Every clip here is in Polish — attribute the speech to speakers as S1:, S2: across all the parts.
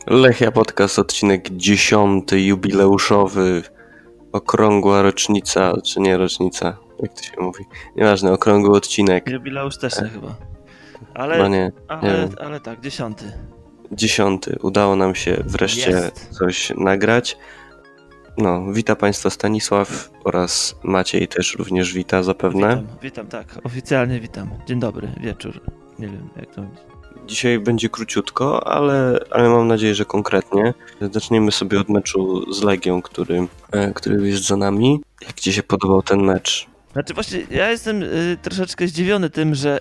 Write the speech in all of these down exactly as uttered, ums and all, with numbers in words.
S1: Lechia Podcast, odcinek dziesiąty, jubileuszowy, okrągła rocznica, czy nie rocznica, jak to się mówi, nieważne, okrągły odcinek.
S2: Jubileusz też nie chyba, ale,
S1: Chyba nie,
S2: ale,
S1: nie
S2: ale tak, dziesiąty.
S1: Dziesiąty, udało nam się wreszcie
S2: Jest.
S1: coś nagrać. No, wita Państwa Stanisław oraz Maciej też również wita zapewne.
S2: Witam, witam, tak, oficjalnie witam. Dzień dobry, wieczór, nie wiem jak to mówić.
S1: Dzisiaj będzie króciutko, ale, ale mam nadzieję, że konkretnie. Zaczniemy sobie od meczu z Legią, który, który jest za nami. Jak Ci się podobał ten mecz?
S2: Znaczy właśnie ja jestem y, troszeczkę zdziwiony tym, że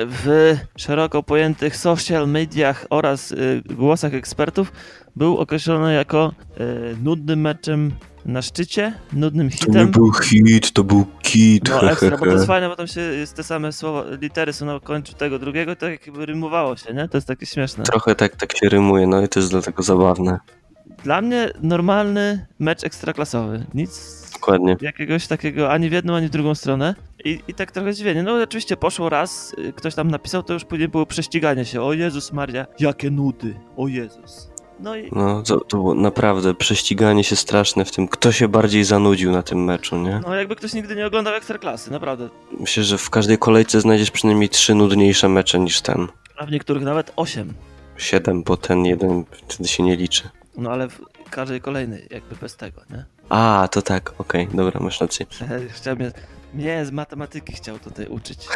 S2: w szeroko pojętych social mediach oraz y, głosach ekspertów był określony jako y, nudnym meczem na szczycie, nudnym hitem.
S1: To nie był hit, to był kit.
S2: No ekstra, bo to jest fajne, bo tam się jest te same słowa, litery są na końcu tego drugiego, to jakby rymowało się, nie? To jest takie śmieszne.
S1: Trochę tak, tak się rymuje, no i to jest dlatego zabawne.
S2: Dla mnie normalny mecz ekstraklasowy. Nic
S1: Dokładnie.
S2: jakiegoś takiego ani w jedną, ani w drugą stronę. I, i tak trochę zdziwienie. No oczywiście poszło raz, ktoś tam napisał, to już później było prześciganie się. O Jezus Maria, jakie nudy. O Jezus. No i...
S1: No to, to było naprawdę prześciganie się straszne w tym, kto się bardziej zanudził na tym meczu, nie?
S2: No jakby ktoś nigdy nie oglądał Ekstraklasy, naprawdę.
S1: Myślę, że w każdej kolejce znajdziesz przynajmniej trzy nudniejsze mecze niż ten.
S2: A w niektórych nawet osiem.
S1: Siedem, bo ten jeden wtedy się nie liczy.
S2: No ale w każdej kolejnej, jakby bez tego, nie?
S1: A, to tak, okej, okay, dobra, masz rację.
S2: Chciał mnie, mnie z matematyki chciał tutaj uczyć.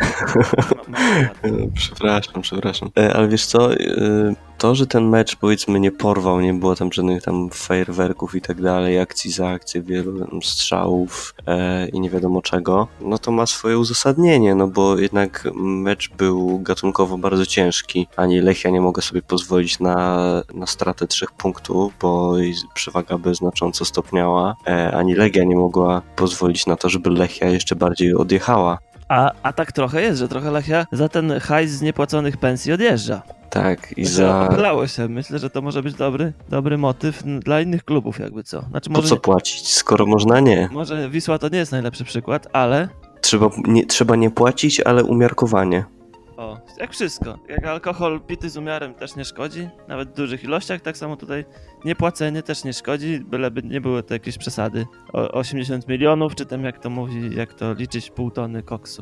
S2: Ma,
S1: przepraszam, przepraszam. E, ale wiesz co, e, to, że ten mecz powiedzmy nie porwał, nie było tam żadnych tam fajerwerków i tak dalej, akcji za akcję, wielu tam strzałów e, i nie wiadomo czego, no to ma swoje uzasadnienie, no bo jednak mecz był gatunkowo bardzo ciężki, ani Lechia nie mogła sobie pozwolić na, na stratę trzech punktów, bo jej przewaga by znacząco stopniała, e, ani Legia nie mogła pozwolić na to, żeby Lechia jeszcze bardziej odjechała.
S2: A, a tak trochę jest, że trochę Lechia za ten hajs z niepłaconych pensji odjeżdża.
S1: Tak, i
S2: to
S1: za...
S2: Opylało się. Myślę, że to może być dobry, dobry motyw dla innych klubów, jakby co. Znaczy,
S1: może... Po co płacić, skoro można nie?
S2: Może Wisła to nie jest najlepszy przykład, ale...
S1: Trzeba nie, trzeba nie płacić, ale umiarkowanie.
S2: O, jak wszystko. Jak alkohol pity z umiarem też nie szkodzi, nawet w dużych ilościach, tak samo tutaj niepłacenie też nie szkodzi, byleby nie były to jakieś przesady. O, osiemdziesiąt milionów, czy tam jak to mówi, jak to liczyć pół tony koksu.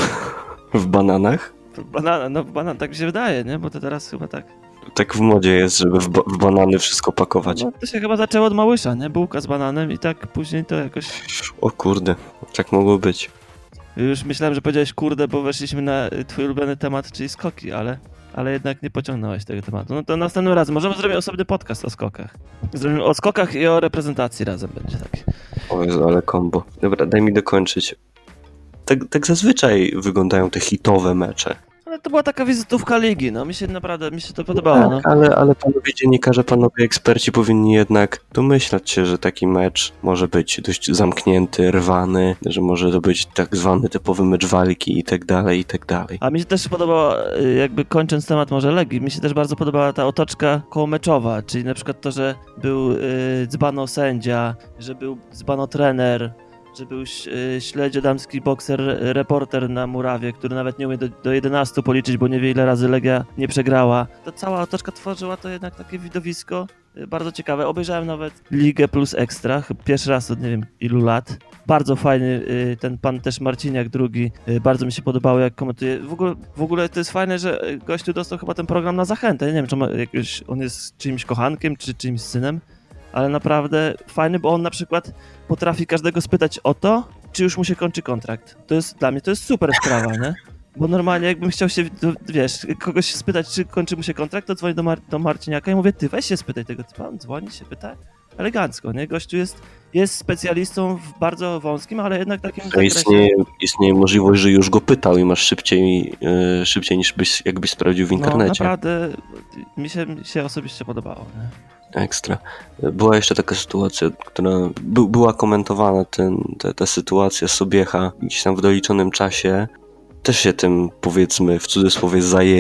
S1: W bananach?
S2: W banana, no w banan, tak mi się wydaje, nie? Bo to teraz chyba tak...
S1: Tak w modzie jest, żeby w, ba- w banany wszystko pakować.
S2: No to się chyba zaczęło od Małysza, nie? Bułka z bananem i tak później to jakoś...
S1: O kurde, tak mogło być.
S2: Już myślałem, że powiedziałeś kurde, bo weszliśmy na twój ulubiony temat, czyli skoki, ale, ale jednak nie pociągnąłeś tego tematu. No to następnym razem możemy zrobić osobny podcast o skokach. Zrobimy o skokach i o reprezentacji razem będzie taki.
S1: O Jezu, ale kombo. Dobra, daj mi dokończyć. Tak, tak zazwyczaj wyglądają te hitowe mecze.
S2: Ale to była taka wizytówka ligi, no mi się naprawdę, mi się to podobało.
S1: Tak,
S2: no.
S1: ale, ale panowie dziennikarze, panowie eksperci powinni jednak domyślać się, że taki mecz może być dość zamknięty, rwany, że może to być tak zwany typowy mecz walki i tak dalej, i tak dalej.
S2: A mi się też podobała, jakby kończąc temat może Legii, mi się też bardzo podobała ta otoczka kołomeczowa, czyli na przykład to, że był yy, dzbano sędzia, że był dzbano trener, że był śledzie damski bokser, reporter na murawie, który nawet nie umie do, do jedenastu policzyć, bo nie wie ile razy Legia nie przegrała. To cała otoczka tworzyła to jednak takie widowisko bardzo ciekawe. Obejrzałem nawet Ligę Plus Ekstra, pierwszy raz od nie wiem ilu lat. Bardzo fajny ten pan też Marciniak drugi, bardzo mi się podobało jak komentuje. W ogóle, w ogóle to jest fajne, że gościu dostał chyba ten program na zachętę. Nie wiem, czy ma jakiegoś, on jest czyimś kochankiem, czy czyimś synem. Ale naprawdę fajny, bo on na przykład potrafi każdego spytać o to, czy już mu się kończy kontrakt. To jest dla mnie to jest super sprawa, nie? Bo normalnie jakbym chciał się, wiesz, kogoś spytać, czy kończy mu się kontrakt, to dzwonię do, Mar- do Marciniaka i mówię, ty weź się spytaj tego typa, on dzwoni się, pyta, elegancko, nie? Gościu jest, jest specjalistą w bardzo wąskim, ale jednak takim zakresie.
S1: Istnieje, istnieje możliwość, że już go pytał i masz szybciej, yy, szybciej niż byś, jakbyś sprawdził w internecie.
S2: No naprawdę mi się, mi się osobiście podobało, nie?
S1: Ekstra. Była jeszcze taka sytuacja, która by, była komentowana, ten, te, ta sytuacja Sobiecha gdzieś tam w doliczonym czasie. Też się tym, powiedzmy, w cudzysłowie zajęli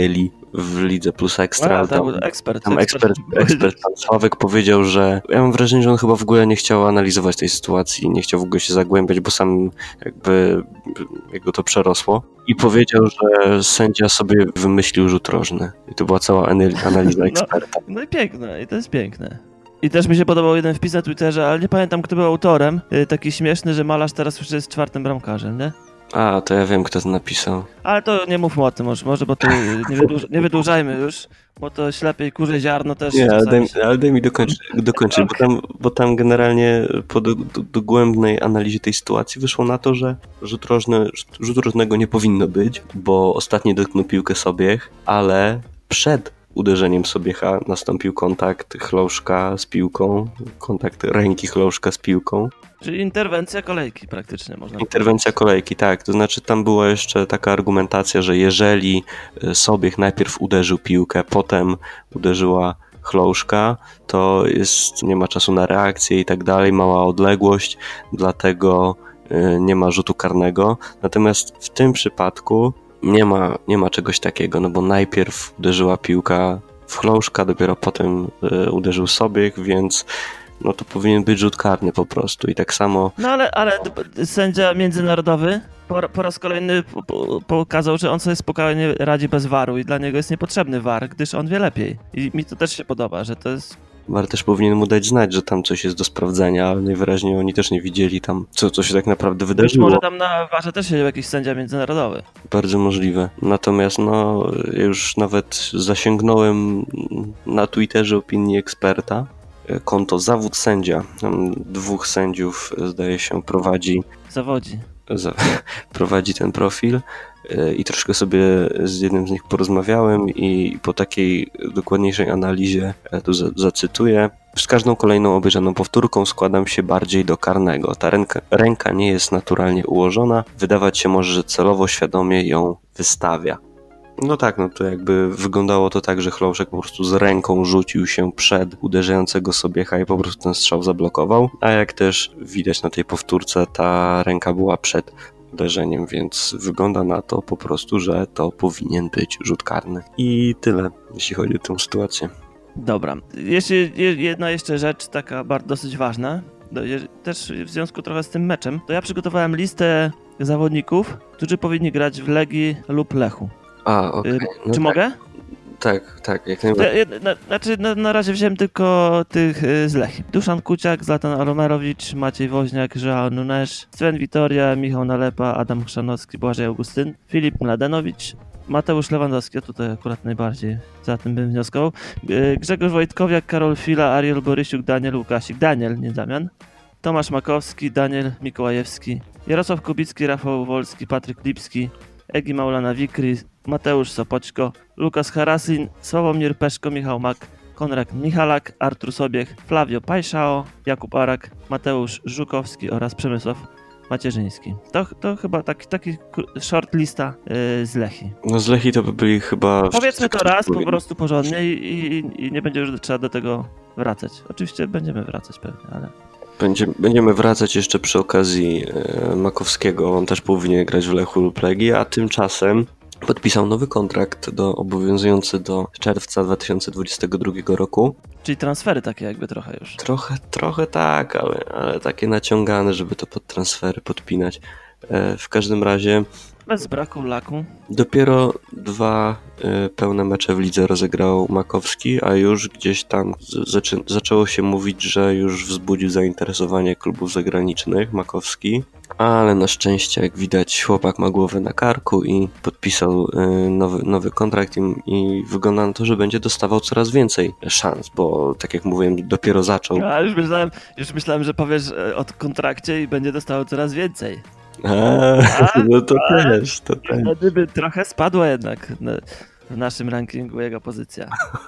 S1: w Lidze Plus Ekstra.
S2: A,
S1: tam,
S2: tam ekspert.
S1: tam ekspert, ekspert pan Sławek powiedział, że ja mam wrażenie, że on chyba w ogóle nie chciał analizować tej sytuacji, nie chciał w ogóle się zagłębiać, bo sam jakby jego to przerosło. I powiedział, że sędzia sobie wymyślił rzut rożny. I to była cała analiza eksperta.
S2: No, no i piękne, i to jest piękne. I też mi się podobał jeden wpis na Twitterze, ale nie pamiętam, kto był autorem. Taki śmieszny, że Malarz teraz już jest czwartym bramkarzem, nie?
S1: A, to ja wiem, kto to napisał.
S2: Ale to nie mówmy o tym może, może bo to nie, wydłuż, nie wydłużajmy już, bo to ślepej i kurze ziarno też...
S1: Nie, ale daj,
S2: się...
S1: ale daj mi dokończyć, dokończy, okay. bo, tam, bo tam generalnie po do, do, dogłębnej analizie tej sytuacji wyszło na to, że rzut, rożny, rzut rożnego nie powinno być, bo ostatni dotknął piłkę Sobiech, ale przed uderzeniem Sobiecha nastąpił kontakt Chlouszka z piłką, kontakt ręki Chlouszka z piłką.
S2: Czyli interwencja kolejki praktycznie można powiedzieć.
S1: Interwencja kolejki, tak. To znaczy tam była jeszcze taka argumentacja, że jeżeli Sobiech najpierw uderzył piłkę, potem uderzyła Chlouszka, to jest, nie ma czasu na reakcję i tak dalej, mała odległość, dlatego nie ma rzutu karnego. Natomiast w tym przypadku nie ma, nie ma czegoś takiego, no bo najpierw uderzyła piłka w Chlouszka, dopiero potem uderzył Sobiech, więc no to powinien być rzut karny po prostu i tak samo...
S2: No ale, ale sędzia międzynarodowy po, po raz kolejny po, po, pokazał, że on sobie spokojnie radzi bez waru i dla niego jest niepotrzebny war, gdyż on wie lepiej. I mi to też się podoba, że to jest...
S1: War też powinien mu dać znać, że tam coś jest do sprawdzenia, ale najwyraźniej oni też nie widzieli tam, co, co się tak naprawdę wydarzyło.
S2: Być może tam na warze też siedział jakiś sędzia międzynarodowy.
S1: Bardzo możliwe. Natomiast no, już nawet zasięgnąłem na Twitterze opinii eksperta, konto Zawód Sędzia. Tam dwóch sędziów, zdaje się, prowadzi.
S2: Zawodzi.
S1: Za, prowadzi ten profil i troszkę sobie z jednym z nich porozmawiałem i po takiej dokładniejszej analizie, tu za, zacytuję: z każdą kolejną obejrzaną powtórką składam się bardziej do karnego. Ta ręka, ręka nie jest naturalnie ułożona. Wydawać się może, że celowo, świadomie ją wystawia. No tak, no to jakby wyglądało to tak, że Chlouszek po prostu z ręką rzucił się przed uderzającego Sobiecha i po prostu ten strzał zablokował, a jak też widać na tej powtórce, ta ręka była przed uderzeniem, więc wygląda na to po prostu, że to powinien być rzut karny. I tyle, jeśli chodzi o tę sytuację.
S2: Dobra, jeśli jedna jeszcze rzecz taka bardzo dosyć ważna, też w związku trochę z tym meczem, to ja przygotowałem listę zawodników, którzy powinni grać w Legii lub Lechu.
S1: A, okej. Okay. No
S2: Czy
S1: tak.
S2: mogę?
S1: Tak, tak, jak najbardziej.
S2: Na, znaczy, na, na razie wziąłem tylko tych y, z Lechii. Duszan Kuciak, Zlatan Alomerowicz, Maciej Woźniak, João Nunes, Sven Witoria, Michał Nalepa, Adam Chrzanowski, Błażej Augustyn, Filip Mladenowicz, Mateusz Lewandowski, tutaj akurat najbardziej za tym bym wnioskował, y, Grzegorz Wojtkowiak, Karol Fila, Ariel Borysiuk, Daniel Łukasik, Daniel, nie Damian, Tomasz Makowski, Daniel Mikołajewski, Jarosław Kubicki, Rafał Wolski, Patryk Lipski, Egi Maulana-Wikry, Mateusz Sopoćko, Lukas Harasin, Sławomir Peszko, Michał Mak, Konrad Michalak, Artur Sobiech, Flavio Pajszao, Jakub Arak, Mateusz Żukowski oraz Przemysław Macierzyński. To, to chyba taki, taki short lista yy, z Lechii.
S1: No z Lechii to by byli chyba...
S2: Powiedzmy to raz po prostu porządnie i, i, i nie będzie już trzeba do tego wracać. Oczywiście będziemy wracać pewnie, ale...
S1: Będzie, będziemy wracać jeszcze przy okazji e, Makowskiego, on też powinien grać w Lechu lub Legii, a tymczasem podpisał nowy kontrakt do, obowiązujący do czerwca dwa tysiące dwudziestego drugiego roku.
S2: Czyli transfery takie jakby trochę już.
S1: Trochę, trochę tak, ale, ale takie naciągane, żeby to pod transfery podpinać. E, w każdym razie...
S2: Bez braku laku.
S1: Dopiero dwa y, pełne mecze w lidze rozegrał Makowski, a już gdzieś tam zaczę, zaczęło się mówić, że już wzbudził zainteresowanie klubów zagranicznych Makowski, ale na szczęście, jak widać, chłopak ma głowę na karku i podpisał y, nowy, nowy kontrakt i, i wygląda na to, że będzie dostawał coraz więcej szans, bo tak jak mówiłem, dopiero zaczął.
S2: A już myślałem, już myślałem, że powiesz o kontrakcie i będzie dostawał coraz więcej.
S1: A, no to a, też, to też.
S2: Wtedy by trochę spadła jednak w naszym rankingu jego pozycja.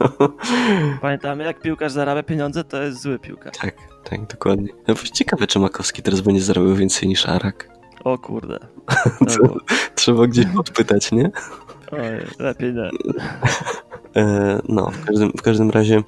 S2: Pamiętamy, jak piłkarz zarabia pieniądze, to jest zły piłkarz.
S1: Tak, tak, dokładnie. No ciekawe, czy Makowski teraz będzie zarabiał więcej niż Arak.
S2: O kurde.
S1: To, trzeba gdzieś podpytać, nie?
S2: Oj, lepiej nie.
S1: E, no, w każdym, w każdym razie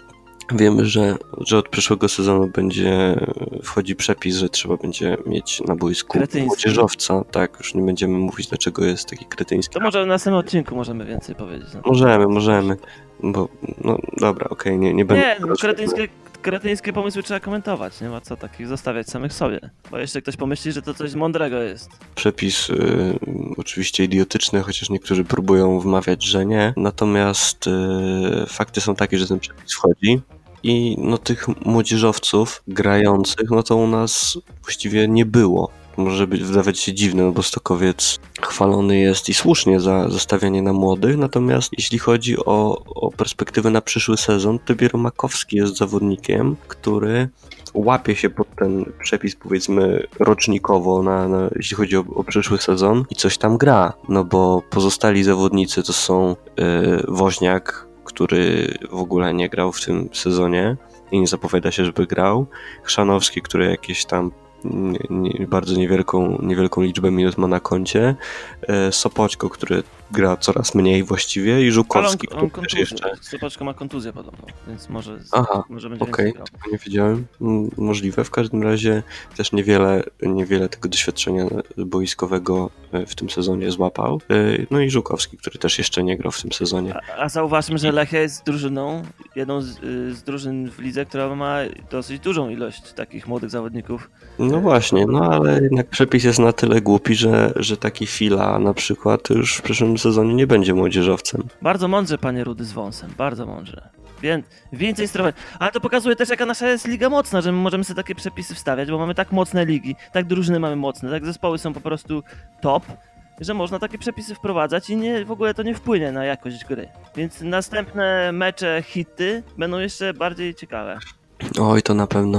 S1: Wiemy, że, że od przyszłego sezonu będzie wchodzi przepis, że trzeba będzie mieć na boisku
S2: Kretyński.
S1: młodzieżowca. Tak, już nie będziemy mówić, dlaczego jest taki kretyński.
S2: To może w następnym odcinku możemy więcej powiedzieć. No.
S1: Możemy, możemy. Bo, no dobra, okej, okay, nie, nie będę...
S2: Nie, no, kretyńskie, kretyńskie pomysły trzeba komentować, nie ma co takich zostawiać samych sobie. Bo jeszcze ktoś pomyśli, że to coś mądrego jest.
S1: Przepis y, oczywiście idiotyczny, chociaż niektórzy próbują wmawiać, że nie. Natomiast y, fakty są takie, że ten przepis wchodzi. I no tych młodzieżowców grających, no to u nas właściwie nie było. Może być, wydawać się dziwne, no bo Stokowiec chwalony jest i słusznie za zostawianie na młodych, natomiast jeśli chodzi o, o perspektywę na przyszły sezon, to dopiero Makowski jest zawodnikiem, który łapie się pod ten przepis, powiedzmy, rocznikowo, na, na, jeśli chodzi o, o przyszły sezon i coś tam gra, no bo pozostali zawodnicy to są yy, Woźniak, który w ogóle nie grał w tym sezonie i nie zapowiada się, żeby grał. Chrzanowski, który jakieś tam nie, nie, bardzo niewielką, niewielką liczbę minut ma na koncie. E, Sopoćko, który gra coraz mniej właściwie i Żukowski,
S2: on, on
S1: który też jeszcze...
S2: Sopoćko ma kontuzję podobno, więc może,
S1: Aha,
S2: może będzie
S1: okej,
S2: okay,
S1: tego nie wiedziałem. M- możliwe. W każdym razie też niewiele, niewiele tego doświadczenia boiskowego w tym sezonie złapał. E, no i Żukowski, który też jeszcze nie grał w tym sezonie.
S2: A, a zauważmy, że Lechia jest drużyną, jedną z, z drużyn w lidze, która ma dosyć dużą ilość takich młodych zawodników.
S1: No właśnie, no ale jednak przepis jest na tyle głupi, że, że taki Fila na przykład już w przyszłym sezonie nie będzie młodzieżowcem.
S2: Bardzo mądrze, panie Rudy z wąsem, bardzo mądrze. Wię, więcej sterowań. Ale to pokazuje też, jaka nasza jest liga mocna, że my możemy sobie takie przepisy wstawiać, bo mamy tak mocne ligi, tak drużyny mamy mocne, tak zespoły są po prostu top, że można takie przepisy wprowadzać i nie, w ogóle to nie wpłynie na jakość gry. Więc następne mecze, hity będą jeszcze bardziej ciekawe.
S1: Oj, to na pewno.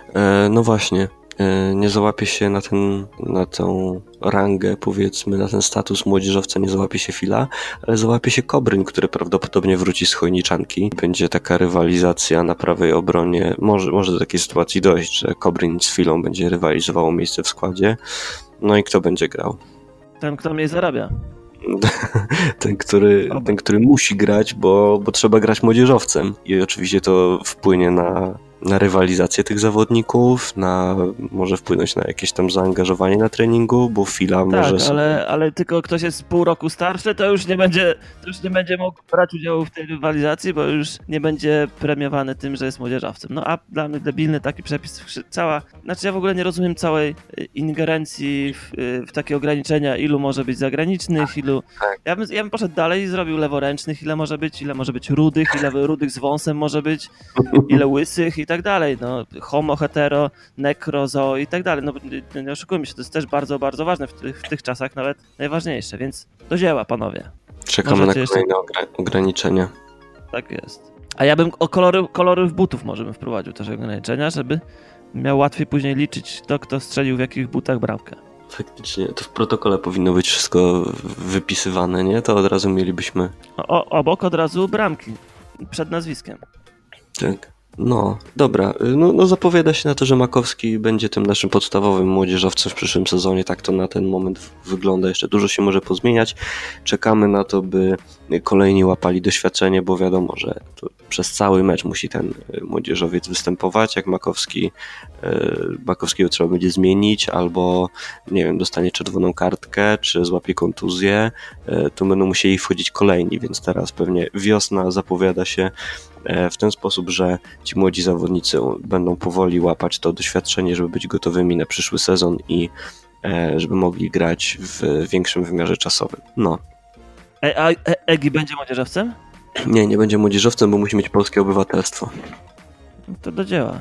S1: E, no właśnie. Nie załapie się na, ten, na tę rangę, powiedzmy, na ten status młodzieżowca, nie załapie się Fila, ale załapie się Kobryń, który prawdopodobnie wróci z Chojniczanki. Będzie taka rywalizacja na prawej obronie. Może, może do takiej sytuacji dojść, że Kobryń z Filą będzie rywalizowało miejsce w składzie. No i kto będzie grał?
S2: Ten, kto mniej zarabia.
S1: ten, który, ten, który musi grać, bo, bo trzeba grać młodzieżowcem. I oczywiście to wpłynie na... na rywalizację tych zawodników, na może wpłynąć na jakieś tam zaangażowanie na treningu, bo Fila
S2: tak,
S1: może...
S2: Tak, ale, ale tylko ktoś jest pół roku starszy, to już nie będzie to już nie będzie mógł brać udziału w tej rywalizacji, bo już nie będzie premiowany tym, że jest młodzieżowcem. No a dla mnie debilny taki przepis, cała... Znaczy ja w ogóle nie rozumiem całej ingerencji w, w takie ograniczenia, ilu może być zagranicznych, ilu... Ja bym, ja bym poszedł dalej i zrobił leworęcznych, ile może być, ile może być rudych, ile rudych z wąsem może być, ile łysych i tak dalej, no, homo, hetero, nekro, zoo i tak dalej, no nie oszukujmy się, to jest też bardzo, bardzo ważne w tych, w tych czasach, nawet najważniejsze, więc do dzieła, panowie.
S1: Czekamy Możecie na kolejne jeszcze... ogra- ograniczenia.
S2: Tak jest. A ja bym o kolory, kolory w butów może bym wprowadził też ograniczenia, żeby miał łatwiej później liczyć to, kto strzelił w jakich butach bramkę.
S1: Faktycznie, to w protokole powinno być wszystko wypisywane, nie? To od razu mielibyśmy...
S2: O, obok od razu bramki, przed nazwiskiem.
S1: Tak. No, dobra. No, no zapowiada się na to, że Makowski będzie tym naszym podstawowym młodzieżowcem w przyszłym sezonie. Tak to na ten moment wygląda. Jeszcze dużo się może pozmieniać. Czekamy na to, by kolejni łapali doświadczenie, bo wiadomo, że przez cały mecz musi ten młodzieżowiec występować. Jak Makowski, Makowskiego trzeba będzie zmienić, albo nie wiem, dostanie czerwoną kartkę, czy złapie kontuzję, to będą musieli wchodzić kolejni, więc teraz pewnie wiosna zapowiada się w ten sposób, że ci młodzi zawodnicy będą powoli łapać to doświadczenie, żeby być gotowymi na przyszły sezon i żeby mogli grać w większym wymiarze czasowym. No.
S2: E, a e, Egi będzie młodzieżowcem?
S1: Nie, nie będzie młodzieżowcem, bo musi mieć polskie obywatelstwo.
S2: No to do dzieła.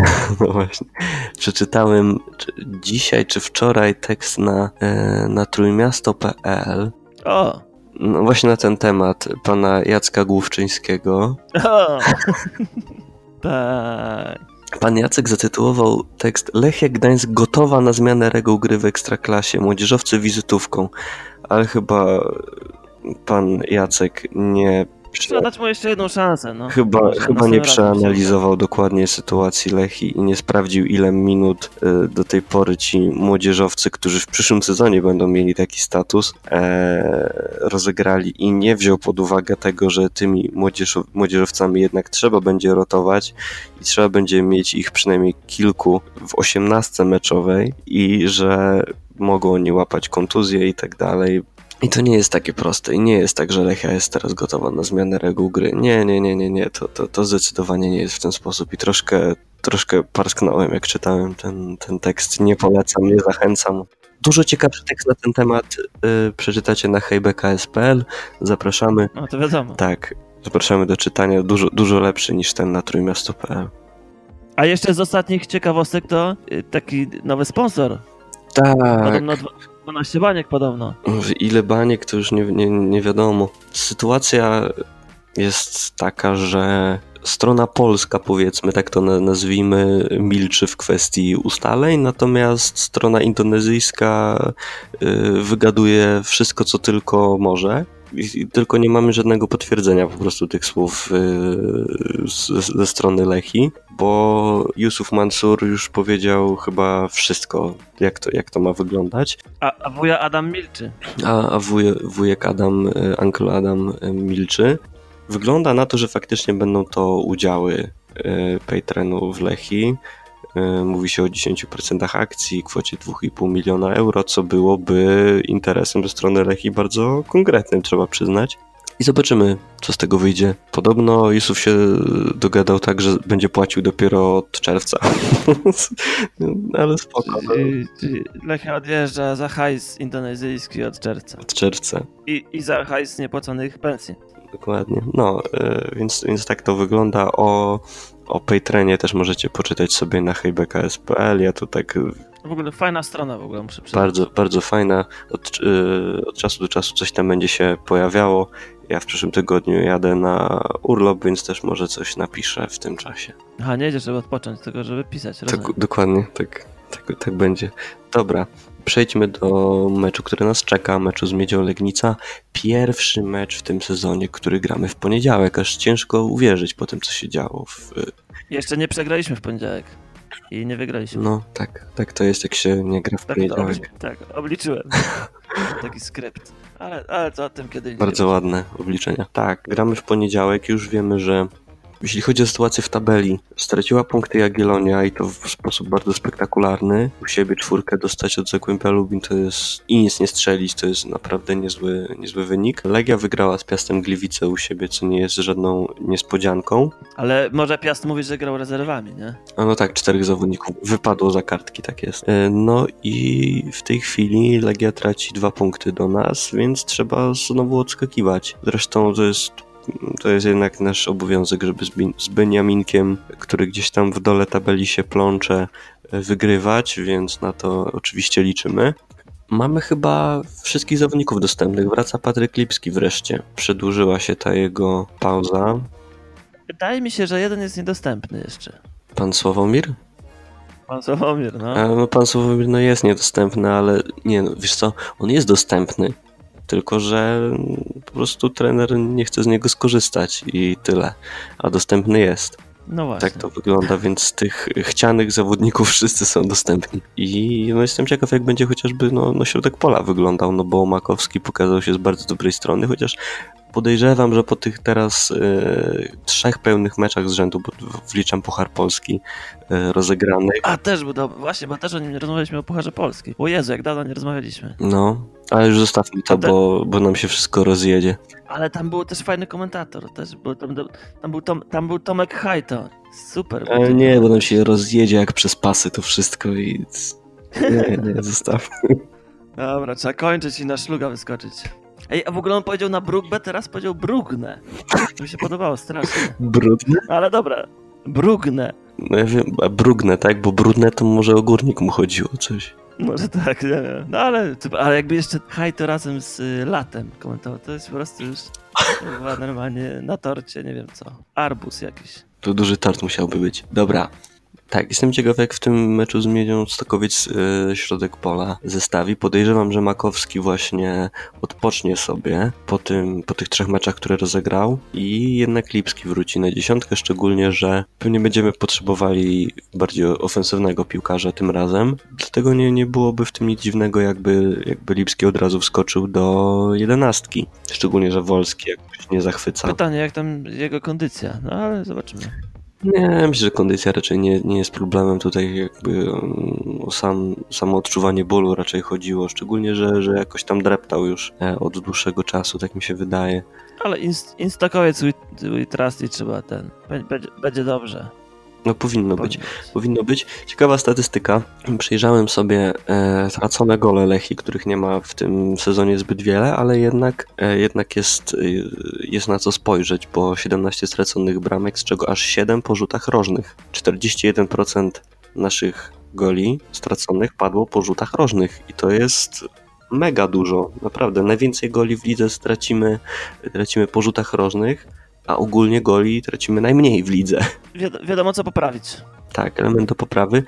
S1: No właśnie. Przeczytałem czy dzisiaj czy wczoraj tekst na, na trójmiasto kropka pe el.
S2: O!
S1: No właśnie na ten temat pana Jacka Główczyńskiego.
S2: O! Tak.
S1: Pan Jacek zatytułował tekst Lechia Gdańsk gotowa na zmianę reguł gry w Ekstraklasie. Młodzieżowcy wizytówką. Ale chyba pan Jacek nie prze...
S2: Trzeba dać mu jeszcze jedną szansę, no.
S1: Chyba,
S2: Może
S1: chyba
S2: następnym
S1: nie
S2: razem
S1: przeanalizował dokładnie sytuacji Lechii i nie sprawdził, ile minut y, do tej pory ci młodzieżowcy, którzy w przyszłym sezonie będą mieli taki status, e, rozegrali i nie wziął pod uwagę tego, że tymi młodzież, młodzieżowcami jednak trzeba będzie rotować i trzeba będzie mieć ich przynajmniej kilku w osiemnastce meczowej i że mogą oni łapać kontuzje i tak dalej. I to nie jest takie proste i nie jest tak, że Lechia jest teraz gotowa na zmianę reguł gry. Nie, nie, nie, nie, nie, to, to, to zdecydowanie nie jest w ten sposób i troszkę, troszkę parsknąłem, jak czytałem ten, ten tekst. Nie polecam, nie zachęcam. Dużo ciekawszy tekst na ten temat yy, przeczytacie na hej be ka es kropka pe el. Zapraszamy.
S2: No to wiadomo.
S1: Tak, zapraszamy do czytania. Dużo, dużo lepszy niż ten na trójmiasto kropka pe el.
S2: A jeszcze z ostatnich ciekawostek to y, taki nowy sponsor.
S1: Tak.
S2: Podobno dwanaście baniek podobno.
S1: Ile baniek, to już nie, nie, nie wiadomo. Sytuacja jest taka, że strona polska, powiedzmy, tak to nazwijmy, milczy w kwestii ustaleń, natomiast strona indonezyjska wygaduje wszystko, co tylko może. I tylko nie mamy żadnego potwierdzenia po prostu tych słów yy, ze strony Lechii, bo Yusuf Mansur już powiedział chyba wszystko, jak to, jak to ma wyglądać.
S2: A, a wuja Adam milczy.
S1: A, a wuj, wujek Adam, uncle Adam milczy. Wygląda na to, że faktycznie będą to udziały yy, Paytrenu w Lechii. Mówi się o dziesięć procent akcji, kwocie dwa i pół miliona euro, co byłoby interesem ze strony Lechii bardzo konkretnym, trzeba przyznać. I zobaczymy, co z tego wyjdzie. Podobno Yusuf się dogadał tak, że będzie płacił dopiero od czerwca. Ale spoko.
S2: Lechia odjeżdża za hajs indonezyjski od czerwca.
S1: Od czerwca.
S2: I, i za hajs niepłaconych pensji.
S1: Dokładnie. No, więc, więc tak to wygląda. O, o Paytrenie też możecie poczytać sobie na hej be ka es kropka pe el. Ja tu tak...
S2: W ogóle fajna strona w ogóle, muszę przyznać.
S1: Bardzo, bardzo fajna. Od, od czasu do czasu coś tam będzie się pojawiało. Ja w przyszłym tygodniu jadę na urlop, więc też może coś napiszę w tym czasie.
S2: Aha, nie jedziesz, żeby odpocząć, tylko żeby pisać.
S1: Tak, dokładnie, tak, tak, tak będzie. Dobra. Przejdźmy do meczu, który nas czeka, meczu z Miedzią Legnica. Pierwszy mecz w tym sezonie, który gramy w poniedziałek, aż ciężko uwierzyć po tym, co się działo. W...
S2: Jeszcze nie przegraliśmy w poniedziałek i nie wygraliśmy.
S1: No tak, tak to jest, jak się nie gra w
S2: tak,
S1: poniedziałek.
S2: Obli- tak, obliczyłem. Taki skrypt. Ale, ale to o tym kiedy indziej.
S1: Bardzo ładne obliczenia. Tak, gramy w poniedziałek, już wiemy, że jeśli chodzi o sytuację w tabeli, straciła punkty Jagiellonia i to w sposób bardzo spektakularny. U siebie czwórkę dostać od Zagłębia Lubin to jest i nic nie strzelić, to jest naprawdę niezły, niezły wynik. Legia wygrała z Piastem Gliwice u siebie, co nie jest żadną niespodzianką.
S2: Ale może Piast mówi, że grał rezerwami, nie?
S1: A no tak, czterech zawodników wypadło za kartki, tak jest. No i w tej chwili Legia traci dwa punkty do nas, więc trzeba znowu odskakiwać. Zresztą to jest To jest jednak nasz obowiązek, żeby z, Bin- z Beniaminkiem, który gdzieś tam w dole tabeli się plącze, wygrywać, więc na to oczywiście liczymy. Mamy chyba wszystkich zawodników dostępnych. Wraca Patryk Lipski wreszcie. Przedłużyła się ta jego pauza.
S2: Wydaje mi się, że jeden jest niedostępny jeszcze.
S1: Pan Sławomir?
S2: Pan Sławomir, no.
S1: A, no pan Sławomir no jest niedostępny, ale nie no, wiesz co, on jest dostępny. Tylko że po prostu trener nie chce z niego skorzystać i tyle, a dostępny jest.
S2: No właśnie.
S1: Tak to wygląda, więc z tych chcianych zawodników wszyscy są dostępni. I no jestem ciekaw, jak będzie chociażby no, no środek pola wyglądał, no bo Makowski pokazał się z bardzo dobrej strony, chociaż podejrzewam, że po tych teraz y, trzech pełnych meczach z rzędu, bo wliczam Puchar Polski y, rozegranych.
S2: A też był dobry, właśnie, bo też o nim nie rozmawialiśmy o Pucharze Polski. O Jezu, jak dawno nie rozmawialiśmy.
S1: No, ale już zostawmy to,
S2: te...
S1: bo, bo nam się wszystko rozjedzie.
S2: Ale tam był też fajny komentator, też był, tam, tam, był, Tom, tam był Tomek Hajto. Super.
S1: Ale nie, bo nam się rozjedzie jak przez pasy to wszystko i... Nie, nie, zostawmy.
S2: Dobra, trzeba kończyć i na szluga wyskoczyć. Ej, a w ogóle on powiedział na Brugbe, teraz powiedział Brugnę. To mi się podobało strasznie.
S1: Brudne?
S2: Ale dobra, Brugnę.
S1: No ja wiem, a Brugnę, tak? Bo brudne to może o górnik mu chodziło coś.
S2: Może tak, nie wiem. No ale, ale jakby jeszcze Hajto razem z y, Latem komentował, to jest po prostu już chyba normalnie na torcie, nie wiem co. Arbus jakiś.
S1: To duży tort musiałby być. Dobra. Tak, jestem ciekaw, jak w tym meczu z Miedzią Stokowiec yy, środek pola zestawi. Podejrzewam, że Makowski właśnie odpocznie sobie po, tym, po tych trzech meczach, które rozegrał i jednak Lipski wróci na dziesiątkę, szczególnie, że pewnie będziemy potrzebowali bardziej ofensywnego piłkarza tym razem. Dlatego nie, nie byłoby w tym nic dziwnego, jakby, jakby Lipski od razu wskoczył do jedenastki. Szczególnie, że Wolski jakoś nie zachwyca.
S2: Pytanie, jak tam jego kondycja, no ale zobaczymy.
S1: Nie, myślę, że kondycja raczej nie, nie jest problemem. Tutaj jakby um, o sam, samo odczuwanie bólu raczej chodziło, szczególnie, że, że jakoś tam dreptał już e, od dłuższego czasu, tak mi się wydaje.
S2: Ale inst- Instakowiec we trust i trzeba ten, będzie, będzie dobrze.
S1: No powinno być, powinno być. Ciekawa statystyka. Przejrzałem sobie e, tracone gole Lechii, których nie ma w tym sezonie zbyt wiele, ale jednak, e, jednak jest, e, jest na co spojrzeć, bo siedemnaście straconych bramek, z czego aż siedem po rzutach rożnych. czterdzieści jeden procent naszych goli straconych padło po rzutach rożnych i to jest mega dużo, naprawdę. Najwięcej goli w lidze stracimy, tracimy po rzutach rożnych, a ogólnie goli tracimy najmniej w lidze.
S2: Wiad- wiadomo co poprawić.
S1: Tak, element do poprawy,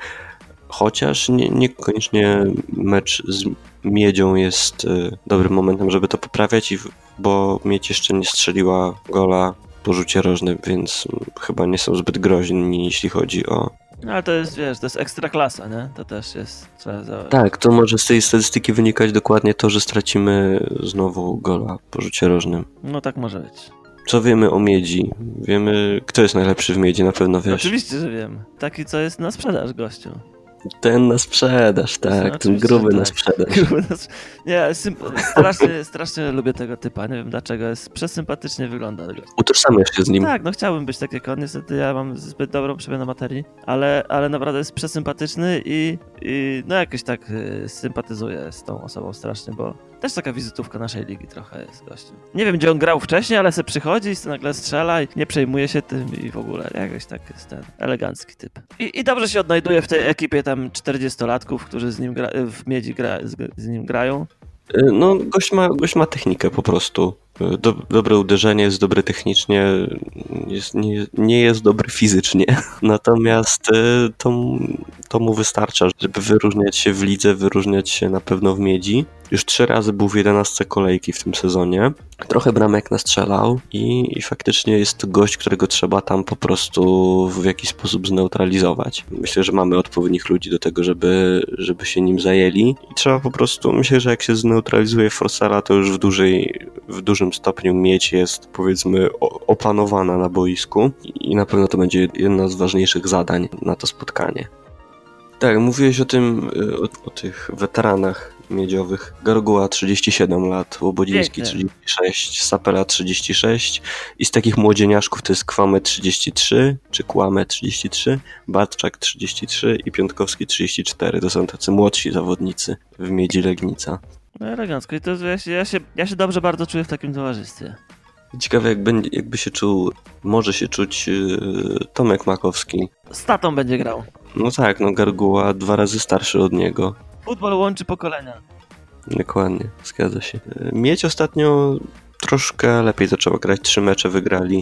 S1: chociaż nie, niekoniecznie mecz z Miedzią jest y, dobrym momentem, żeby to poprawiać, i w, bo Miedź jeszcze nie strzeliła gola po rzucie rożnym, więc y, chyba nie są zbyt groźni, jeśli chodzi o...
S2: No ale to jest, wiesz, to jest ekstra klasa, nie? To też jest... Trzeba za...
S1: Tak, to może z tej statystyki wynikać dokładnie to, że stracimy znowu gola po rzucie rożnym.
S2: No tak może być.
S1: Co wiemy o Miedzi? Wiemy, kto jest najlepszy w Miedzi, na pewno wiesz.
S2: Oczywiście, że wiem. Taki, co jest na sprzedaż, gościu.
S1: Ten na sprzedaż, tak, ten gruby
S2: tak.
S1: na sprzedaż.
S2: Gruby na sprzedaż. Nie, symp- strasznie, strasznie lubię tego typa, nie wiem dlaczego, jest przesympatycznie wygląda.
S1: Utożsamiasz się z nim.
S2: Tak, no chciałbym być tak jak on, niestety ja mam zbyt dobrą przemianę materii, ale, ale naprawdę jest przesympatyczny i, i no jakoś tak y, sympatyzuję z tą osobą strasznie, bo też taka wizytówka naszej ligi trochę jest gościem. Nie wiem, gdzie on grał wcześniej, ale se przychodzi i se nagle strzela i nie przejmuje się tym i w ogóle jakoś tak jest ten elegancki typ. I, i dobrze się odnajduje w tej ekipie tam czterdziestolatków, którzy z nim gra, w Miedzi gra, z, z nim grają.
S1: No, gość ma, gość ma technikę po prostu. Do, dobre uderzenie, jest dobry technicznie, jest, nie, nie jest dobry fizycznie. Natomiast to, to mu wystarcza, żeby wyróżniać się w lidze, wyróżniać się na pewno w Miedzi. Już trzy razy był w jedenastce kolejki w tym sezonie. Trochę bramek nastrzelał i, i faktycznie jest to gość, którego trzeba tam po prostu w jakiś sposób zneutralizować. Myślę, że mamy odpowiednich ludzi do tego, żeby, żeby się nim zajęli. I trzeba po prostu, myślę, że jak się zneutralizuje Forsera, to już w, dużej, w dużym stopniu Miedź jest, powiedzmy, opanowana na boisku i na pewno to będzie jedno z ważniejszych zadań na to spotkanie. Tak, mówiłeś o tym, o, o tych weteranach miedziowych. Garguła trzydzieści siedem lat, Łobodziński trzydzieści sześć, Sapela trzydzieści sześć i z takich młodzieniaszków to jest Kwame trzydzieści trzy, czy Kłame trzydzieści trzy, Bartczak trzydzieści trzy i Piątkowski trzydzieści cztery. To są tacy młodsi zawodnicy w Miedzi Legnica.
S2: No elegancko i to ja się, ja, się, ja się dobrze bardzo czuję w takim towarzystwie.
S1: Ciekawe jak będzie, jakby się czuł, może się czuć yy, Tomek Makowski.
S2: Z tatą będzie grał.
S1: No tak, no Garguła dwa razy starszy od niego.
S2: Futbol łączy pokolenia.
S1: Dokładnie, zgadza się. Miedź ostatnio troszkę lepiej zaczęła grać, trzy mecze wygrali.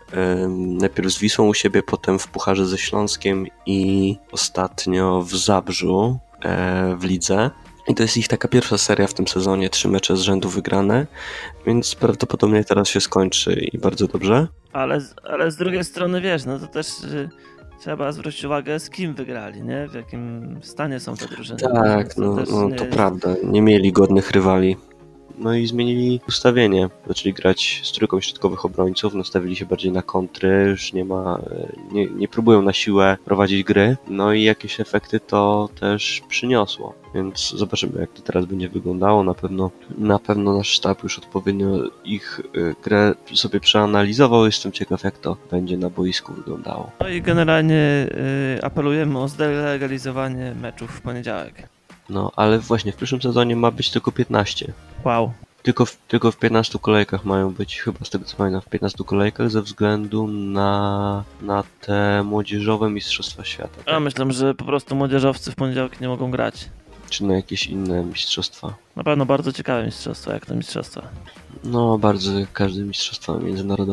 S1: Najpierw z Wisłą u siebie, potem w Pucharze ze Śląskiem i ostatnio w Zabrzu w lidze. I to jest ich taka pierwsza seria w tym sezonie, trzy mecze z rzędu wygrane, więc prawdopodobnie teraz się skończy i bardzo dobrze.
S2: Ale, ale z drugiej strony wiesz, no to też y, trzeba zwrócić uwagę, z kim wygrali, nie? W jakim stanie są te drużyny.
S1: Tak,
S2: to
S1: no, no
S2: nie
S1: to
S2: jest...
S1: prawda, nie mieli godnych rywali. No i zmienili ustawienie, zaczęli grać z trójką środkowych obrońców, nastawili się bardziej na kontry, już nie ma, nie, nie próbują na siłę prowadzić gry, no i jakieś efekty to też przyniosło, więc zobaczymy jak to teraz będzie wyglądało, na pewno, na pewno nasz sztab już odpowiednio ich grę sobie przeanalizował, jestem ciekaw jak to będzie na boisku wyglądało.
S2: No i generalnie y, apelujemy o zdelegalizowanie meczów w poniedziałek.
S1: No, ale właśnie w przyszłym sezonie ma być tylko piętnaście.
S2: Wow.
S1: Tylko w, tylko w piętnastu kolejkach mają być, chyba z tego co pamiętam, w piętnastu kolejkach ze względu na, na te młodzieżowe mistrzostwa świata. Tak?
S2: A myślę, że po prostu młodzieżowcy w poniedziałek nie mogą grać.
S1: Czy na jakieś inne mistrzostwa.
S2: Na pewno bardzo ciekawe mistrzostwa, jak to mistrzostwa.
S1: No, bardzo jak każde mistrzostwa międzynarodowe.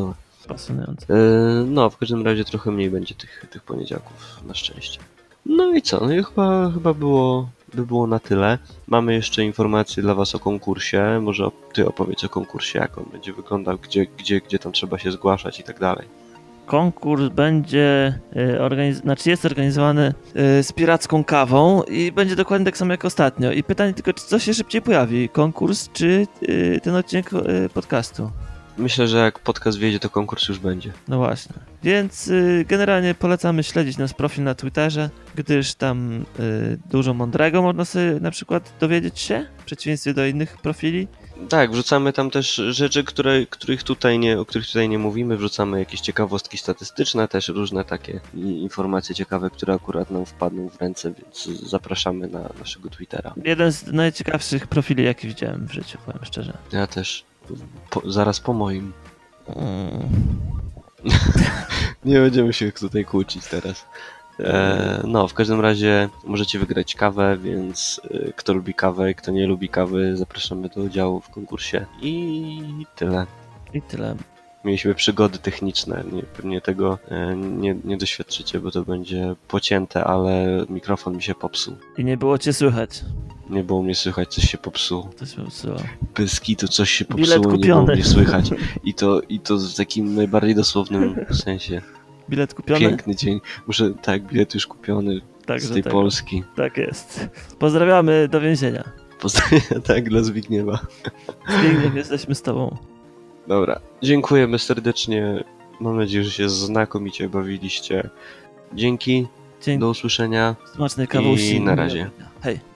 S2: Pasjonujące.
S1: Yy, no, w każdym razie trochę mniej będzie tych, tych poniedziałków, na szczęście. No i co? No i chyba, chyba było, by było na tyle. Mamy jeszcze informacje dla was o konkursie. Może ty opowiedz o konkursie, jak on będzie wyglądał, gdzie, gdzie, gdzie tam trzeba się zgłaszać i tak dalej.
S2: Konkurs będzie, y, organiz... znaczy jest organizowany y, z piracką kawą i będzie dokładnie tak samo jak ostatnio. I pytanie tylko, czy coś się szybciej pojawi? Konkurs, czy y, ten odcinek y, podcastu?
S1: Myślę, że jak podcast wjedzie, to konkurs już będzie.
S2: No właśnie. Więc y, generalnie polecamy śledzić nasz profil na Twitterze, gdyż tam y, dużo mądrego można sobie na przykład dowiedzieć się, w przeciwieństwie do innych profili.
S1: Tak, wrzucamy tam też rzeczy, które, których tutaj nie, o których tutaj nie mówimy. Wrzucamy jakieś ciekawostki statystyczne, też różne takie informacje ciekawe, które akurat nam wpadną w ręce, więc zapraszamy na naszego Twittera.
S2: Jeden z najciekawszych profili, jaki widziałem w życiu, powiem szczerze.
S1: Ja też. Po, zaraz po moim.
S2: Mm.
S1: Nie będziemy się tutaj kłócić teraz. E, no, w każdym razie możecie wygrać kawę, więc e, kto lubi kawę i kto nie lubi kawy, zapraszamy do udziału w konkursie. I tyle.
S2: I tyle.
S1: Mieliśmy przygody techniczne, nie, pewnie tego e, nie, nie doświadczycie, bo to będzie pocięte, ale mikrofon mi się popsuł.
S2: I nie było cię słychać.
S1: Nie było mnie słychać, coś się popsuło.
S2: To się popsuło.
S1: Bez kitu coś się
S2: Bilet
S1: popsuło i nie było
S2: kupiony.
S1: mnie słychać. I to, I to w takim najbardziej dosłownym sensie.
S2: Bilet kupiony?
S1: Piękny dzień. Muszę, tak, bilet już kupiony
S2: Także
S1: z tej
S2: tego.
S1: Polski.
S2: Tak jest. Pozdrawiamy do więzienia.
S1: Pozdrawiam, tak, dla Zbigniewa.
S2: Zbigniew, jesteśmy z tobą.
S1: Dobra, dziękujemy serdecznie. Mam nadzieję, że się znakomicie bawiliście. Dzięki,
S2: Dzięki.
S1: do usłyszenia.
S2: Smacznej kawusi.
S1: I na razie.
S2: Hej.